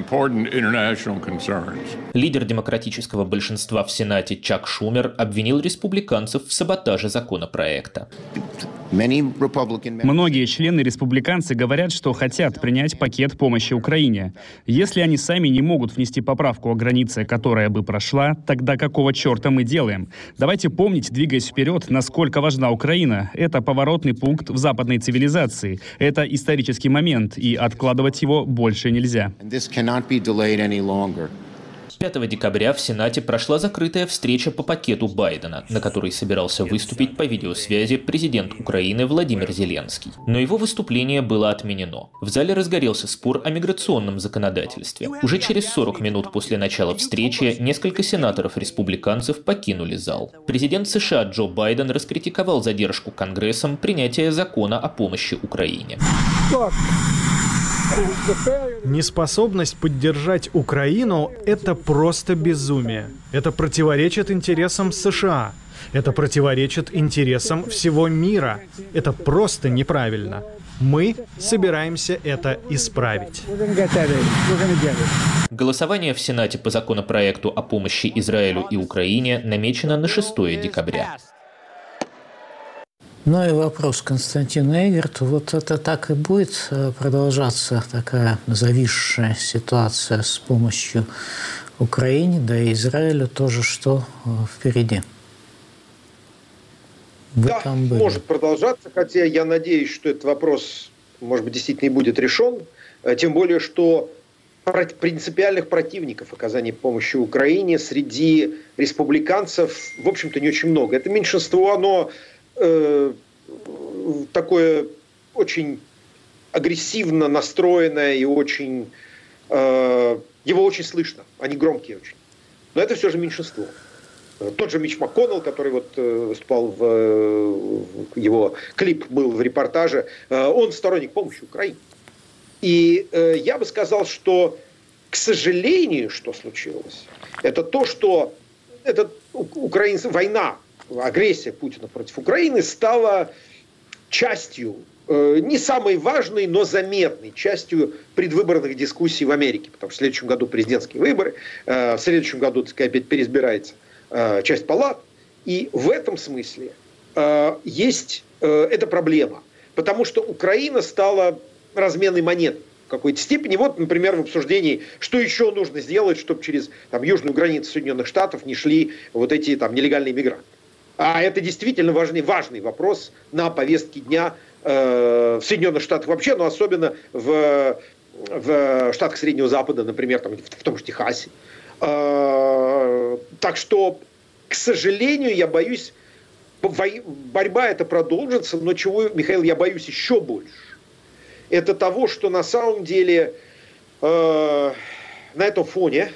Лидер демократического большинства в Сенате Чак Шумер обвинил республиканцев в саботаже законопроекта. Многие члены-республиканцы говорят, что хотят принять пакет помощи Украине. Если они сами не могут внести поправку о границе, которая бы прошла, тогда какого черта мы делаем? Давайте помнить, двигаясь вперед, насколько важна Украина. Это поворотный пункт в западной цивилизации. Это исторический момент, и откладывать его больше нельзя. 5 декабря в Сенате прошла закрытая встреча по пакету Байдена, на которой собирался выступить по видеосвязи президент Украины Владимир Зеленский. Но его выступление было отменено. В зале разгорелся спор о миграционном законодательстве. Уже через 40 минут после начала встречи несколько сенаторов-республиканцев покинули зал. Президент США Джо Байден раскритиковал задержку Конгрессом принятия закона о помощи Украине. Неспособность поддержать Украину – это просто безумие. Это противоречит интересам США. Это противоречит интересам всего мира. Это просто неправильно. Мы собираемся это исправить. Голосование в Сенате по законопроекту о помощи Израилю и Украине намечено на 6 декабря. Ну и вопрос Константина Эгерту. Вот это так и будет продолжаться, такая зависшая ситуация с помощью Украине, да и Израилю тоже, что впереди? Да, может продолжаться, хотя я надеюсь, что этот вопрос, может быть, действительно и будет решен. Тем более, что принципиальных противников оказания помощи Украине среди республиканцев, в общем-то, не очень много. Это меньшинство, оно такое очень агрессивно настроенное и очень... его очень слышно, они громкие очень. Но это все же меньшинство. Тот же Мич МакКоннелл, который вот выступал его клип был в репортаже, он сторонник помощи Украине. И я бы сказал, что, к сожалению, что случилось, это то, что война, агрессия Путина против Украины стала частью, не самой важной, но заметной частью предвыборных дискуссий в Америке. Потому что в следующем году президентские выборы, в следующем году, так сказать, опять переизбирается часть палат. И в этом смысле есть эта проблема. Потому что Украина стала разменной монетой в какой-то степени. Вот, например, в обсуждении, что еще нужно сделать, чтобы через южную границу Соединенных Штатов не шли вот эти нелегальные мигранты. А это действительно важный вопрос на повестке дня в Соединенных Штатах вообще, но особенно в штатах Среднего Запада, например, в том же Техасе. Так что, к сожалению, я боюсь, борьба эта продолжится, но чего, Михаил, я боюсь еще больше. Это того, что на самом деле на этом фоне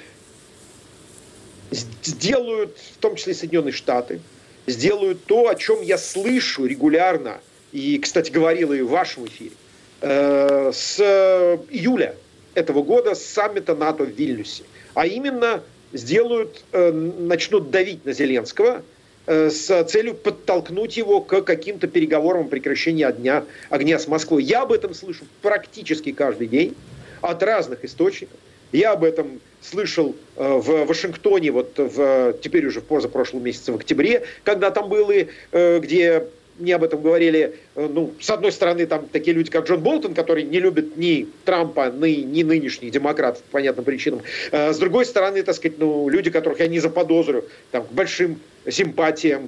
сделают, в том числе Соединенные Штаты, сделают то, о чем я слышу регулярно, и, кстати, говорил и в вашем эфире, с июля этого года, с саммита НАТО в Вильнюсе. А именно начнут давить на Зеленского с целью подтолкнуть его к каким-то переговорам о прекращении огня с Москвой. Я об этом слышу практически каждый день от разных источников. Я об этом слышал в Вашингтоне, теперь уже в позапрошлом месяце, в октябре, когда там были, где мне об этом говорили, с одной стороны, там такие люди, как Джон Болтон, который не любит ни Трампа, ни нынешних демократов по понятным причинам. С другой стороны, так сказать, люди, которых я не заподозрю, к большим симпатиям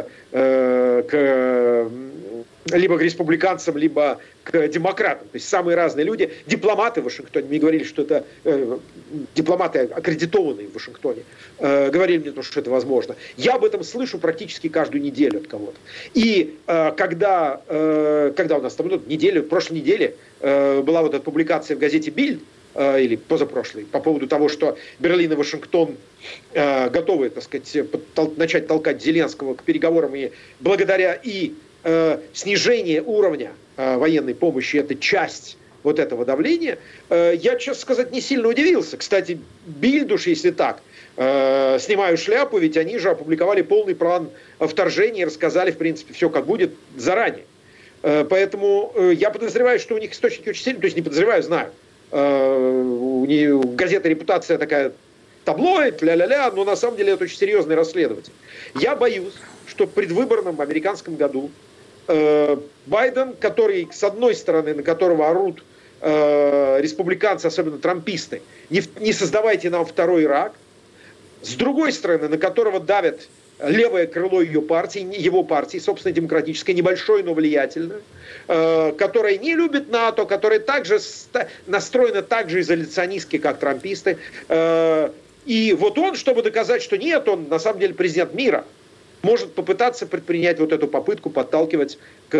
либо к республиканцам, либо к демократам. То есть самые разные люди. Дипломаты в Вашингтоне, мне говорили, что это дипломаты, аккредитованные в Вашингтоне, говорили мне, что это возможно. Я об этом слышу практически каждую неделю от кого-то. И когда у нас прошлой неделе была вот эта публикация в газете «Бильд», или позапрошлый, по поводу того, что Берлин и Вашингтон готовы, так сказать, начать толкать Зеленского к переговорам, и благодаря снижение уровня военной помощи, это часть вот этого давления, я, честно сказать, не сильно удивился. Кстати, Бильд, уж если так, снимаю шляпу, ведь они же опубликовали полный план вторжения и рассказали, в принципе, все как будет заранее. Поэтому я подозреваю, что у них источники очень сильные, то есть не подозреваю, знаю. У газеты «Репутация» такая таблоид, но на самом деле это очень серьезный расследователь. Я боюсь, что в предвыборном американском году Байден, который, с одной стороны, на которого орут республиканцы, особенно трамписты, не создавайте нам второй Ирак, с другой стороны, на которого давят левое крыло его партии, собственно, демократическое, небольшое, но влиятельное, которое не любит НАТО, которое также настроено так же изоляционистски, как трамписты. И вот он, чтобы доказать, что нет, он на самом деле президент мира, может попытаться предпринять вот эту попытку подталкивать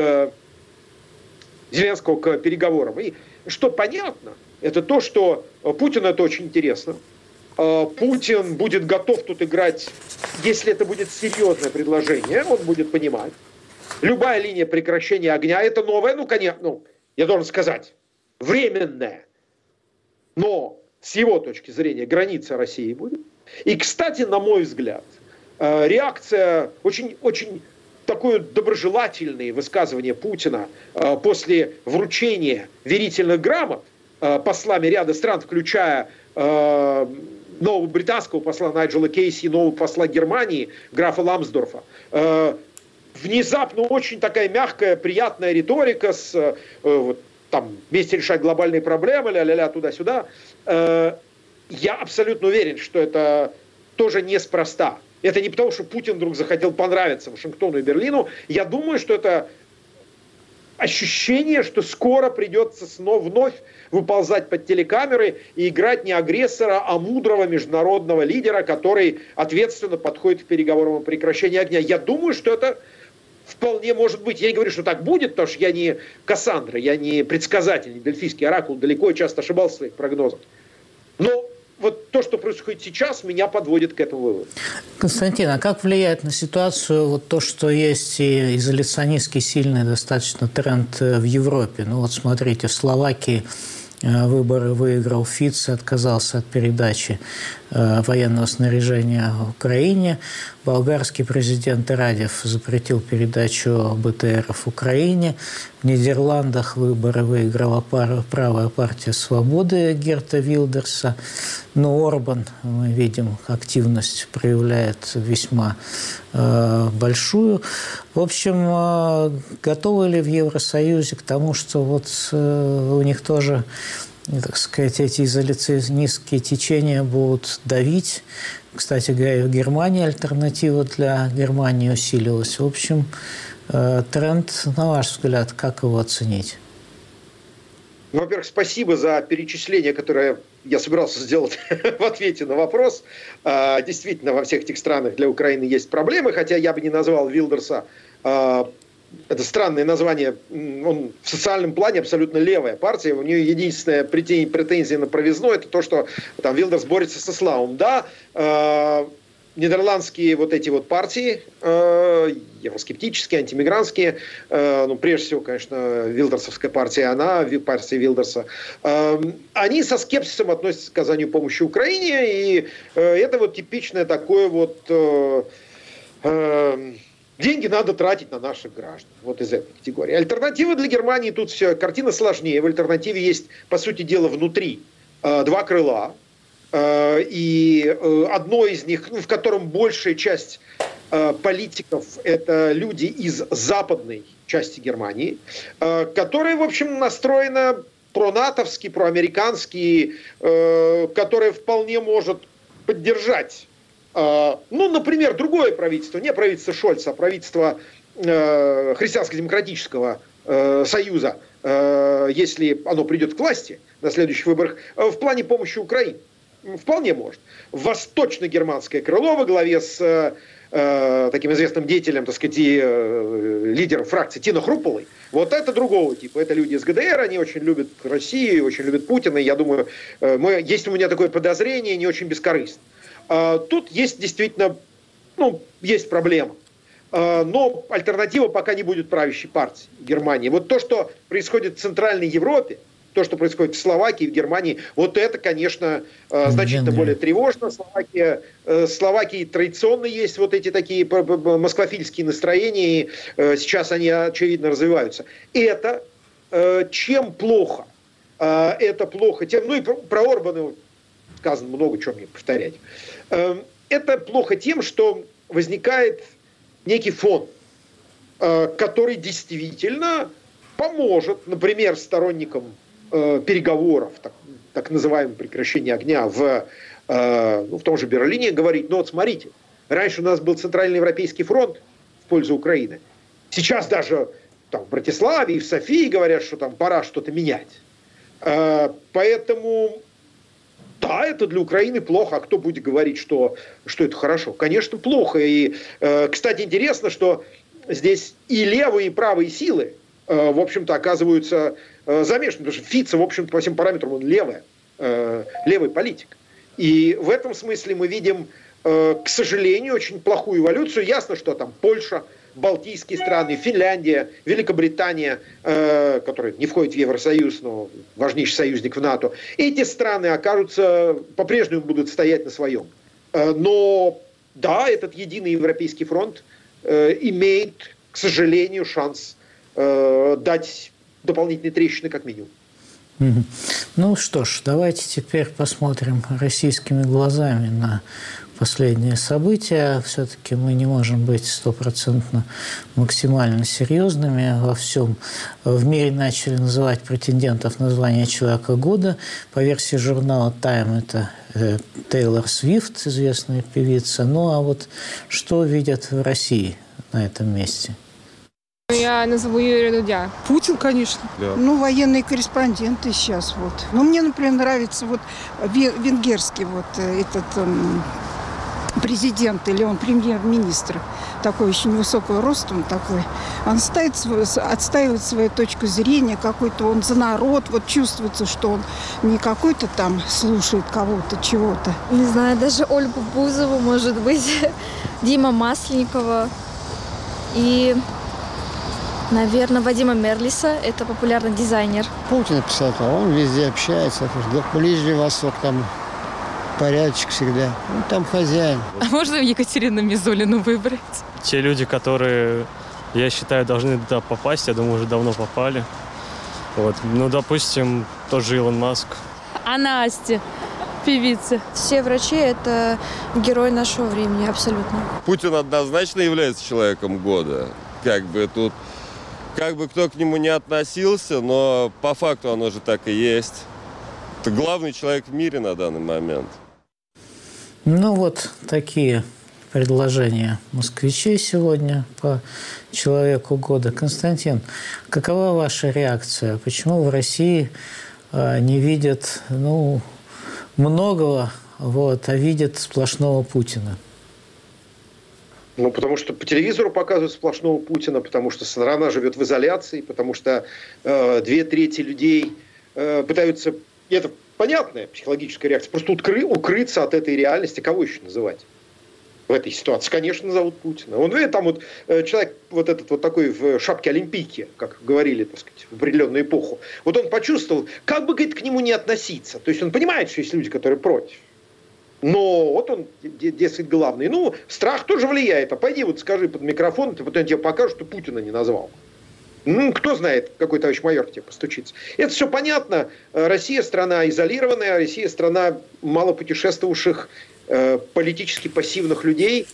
Зеленского к переговорам. И что понятно, это то, что Путину это очень интересно. Путин будет готов тут играть, если это будет серьезное предложение, он будет понимать. Любая линия прекращения огня, это новая, конечно, я должен сказать, временная. Но с его точки зрения граница России будет. И, кстати, на мой взгляд, реакция, очень такое доброжелательное высказывание Путина после вручения верительных грамот послами ряда стран, включая нового британского посла Найджела Кейси и нового посла Германии, графа Ламсдорфа. Внезапно очень такая мягкая, приятная риторика с там, вместе решать глобальные проблемы, ля-ля-ля, туда-сюда. Я абсолютно уверен, что это тоже неспроста. Это не потому, что Путин вдруг захотел понравиться Вашингтону и Берлину. Я думаю, что это ощущение, что скоро придется вновь выползать под телекамеры и играть не агрессора, а мудрого международного лидера, который ответственно подходит к переговорам о прекращении огня. Я думаю, что это вполне может быть. Я не говорю, что так будет, потому что я не Кассандра, я не предсказатель, не дельфийский оракул, далеко и часто ошибался в своих прогнозах. Но вот то, что происходит сейчас, меня подводит к этому выводу. Константин, а как влияет на ситуацию вот то, что есть и изоляционистский сильный достаточно тренд в Европе? Ну вот смотрите, в Словакии выборы выиграл Фиц, отказался от передачи военного снаряжения в Украине. Болгарский президент Радев запретил передачу БТРов Украине. В Нидерландах выборы выиграла правая партия «Свободы» Герта Вилдерса. Но Орбан, мы видим, активность проявляет весьма большую. В общем, готовы ли в Евросоюзе к тому, что вот у них тоже, так сказать, эти изоляционистские течения будут давить? Кстати говоря, в Германии альтернатива для Германии усилилась. В общем, тренд, на ваш взгляд, как его оценить? Во-первых, спасибо за перечисление, которое я собирался сделать в ответе на вопрос. Действительно, во всех этих странах для Украины есть проблемы, хотя я бы не назвал Вилдерса, это странное название, он в социальном плане абсолютно левая партия, у нее единственная претензия на провизное, это то, что там Вилдерс борется с исламом. Да, нидерландские вот эти вот партии, евроскептические, антимигрантские, ну, прежде всего, конечно, Вилдерсовская партия, партия Вилдерса, они со скепсисом относятся к оказанию помощи Украине, и это вот типичное такое вот... деньги надо тратить на наших граждан. Вот из этой категории. Альтернатива для Германии, тут все, картина сложнее. В альтернативе есть, по сути дела, внутри два крыла. И одно из них, в котором большая часть политиков – это люди из западной части Германии, которая, в общем, настроена пронатовски, проамерикански, которая вполне может поддержать, ну, например, другое правительство, не правительство Шольца, а правительство Христианско-демократического союза, если оно придет к власти на следующих выборах, в плане помощи Украине. Вполне может. Восточно-германское крыло во главе с таким известным деятелем, так сказать, и лидером фракции Тино Хрупполой, вот это другого типа. Это люди из ГДР, они очень любят Россию, очень любят Путина. И я думаю, есть у меня такое подозрение, не очень бескорыстно. Тут есть действительно, ну, есть проблема. Но альтернатива пока не будет правящей партии Германии. Вот то, что происходит в Центральной Европе, то, что происходит в Словакии, в Германии, вот это, конечно, значительно более тревожно. Словакии традиционно есть вот эти такие москвофильские настроения, и сейчас они, очевидно, развиваются. Это чем плохо? Это плохо тем, ну и про Орбана сказано много, чего мне повторять. Это плохо тем, что возникает некий фон. который действительно поможет, например, сторонникам переговоров, так называемого прекращения огня в том же Берлине, говорить, ну вот смотрите, раньше у нас был Центральноевропейский фронт в пользу Украины, сейчас даже там, в Братиславе и в Софии говорят, что там пора что-то менять. Поэтому, да, это для Украины плохо. А кто будет говорить, что это хорошо? Конечно, плохо. И, кстати, интересно, что здесь и левые, и правые силы, в общем-то, оказываются замешаны. Потому что Фицо, в общем-то, по всем параметрам, он левый политик. И в этом смысле мы видим, к сожалению, очень плохую эволюцию. Ясно, что там Польша, Балтийские страны, Финляндия, Великобритания, которые не входят в Евросоюз, но важнейший союзник в НАТО, эти страны окажутся, по-прежнему будут стоять на своем. Но да, этот единый Европейский фронт имеет, к сожалению, шанс дать дополнительные трещины как минимум. Ну что ж, давайте теперь посмотрим российскими глазами на последние события. Все-таки мы не можем быть стопроцентно максимально серьезными во всем. В мире начали называть претендентов на звание Человека года. По версии журнала Time это Тейлор Свифт, известная певица. Ну а вот что видят в России на этом месте? Я назову Юрия Дудя. Путин, конечно. Да. Ну, военные корреспонденты сейчас вот. Ну, мне, например, нравится вот венгерский вот этот президент, или он премьер-министр, такой очень высокого роста, он такой. Он отстаивает свою точку зрения, какой-то он за народ, вот чувствуется, что он не какой-то там слушает кого-то, чего-то. Не знаю, даже Ольгу Бузову, может быть, Дима Масленникова и... Наверное, Вадима Мерлиса, это популярный дизайнер. Путин писатель, он везде общается, Ближний Восток, там порядочек всегда, ну, там хозяин. А можно Екатерину Мизулину выбрать? Те люди, которые, я считаю, должны туда попасть, я думаю, уже давно попали. Вот. Ну, допустим, тот же Илон Маск. А Настя, певица. Все врачи – это герой нашего времени, абсолютно. Путин однозначно является человеком года. Как бы кто к нему не относился, но по факту оно же так и есть. Это главный человек в мире на данный момент. Ну вот такие предложения москвичей сегодня по Человеку года. Константин, какова ваша реакция? Почему в России не видят многого, а видят сплошного Путина? Ну, потому что по телевизору показывают сплошного Путина, потому что страна живет в изоляции, потому что 2/3 людей пытаются, и это понятная психологическая реакция, просто укрыться от этой реальности. Кого еще называть в этой ситуации? Конечно, назовут Путина. Он, там вот человек вот этот вот такой в шапке олимпийки, как говорили, так сказать, в определенную эпоху. Вот он почувствовал, как бы, говорит, к нему не относиться. То есть он понимает, что есть люди, которые против. Но вот он, дескать, главный. Ну, страх тоже влияет. А пойди вот скажи под микрофон, потом тебе покажут, что Путина не назвал. Ну, кто знает, какой товарищ майор к тебе постучится. Это все понятно. Россия страна изолированная, Россия страна мало путешествовавших, политически пассивных людей.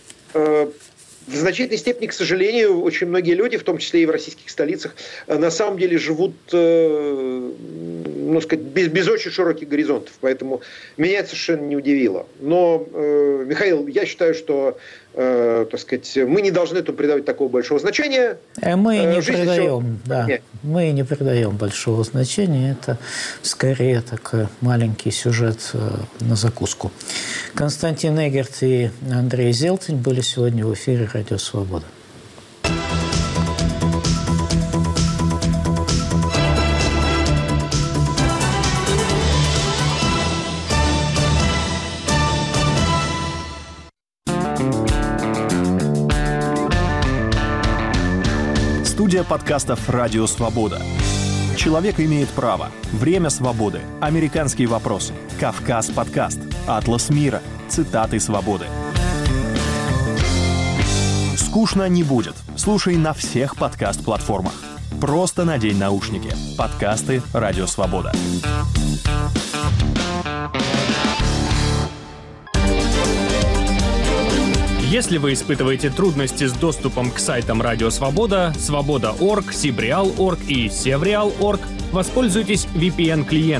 В значительной степени, к сожалению, очень многие люди, в том числе и в российских столицах, на самом деле живут, без очень широких горизонтов. Поэтому меня это совершенно не удивило. Но, Михаил, я считаю, что мы не должны этому придавать такого большого значения. Мы не придаем, да. Мы не придаем большого значения. Это скорее такой маленький сюжет на закуску. Константин Эггерт и Андрей Зелтень были сегодня в эфире «Радио Свобода». Студия подкастов «Радио Свобода». Человек имеет право. Время свободы. Американские вопросы. Кавказ подкаст. Атлас мира. Цитаты свободы. Скучно не будет. Слушай на всех подкаст-платформах. Просто надень наушники. Подкасты «Радио Свобода». Если вы испытываете трудности с доступом к сайтам Радио Свобода, Свобода.орг, Сибреал.орг и Севреал.орг, воспользуйтесь VPN-клиентом.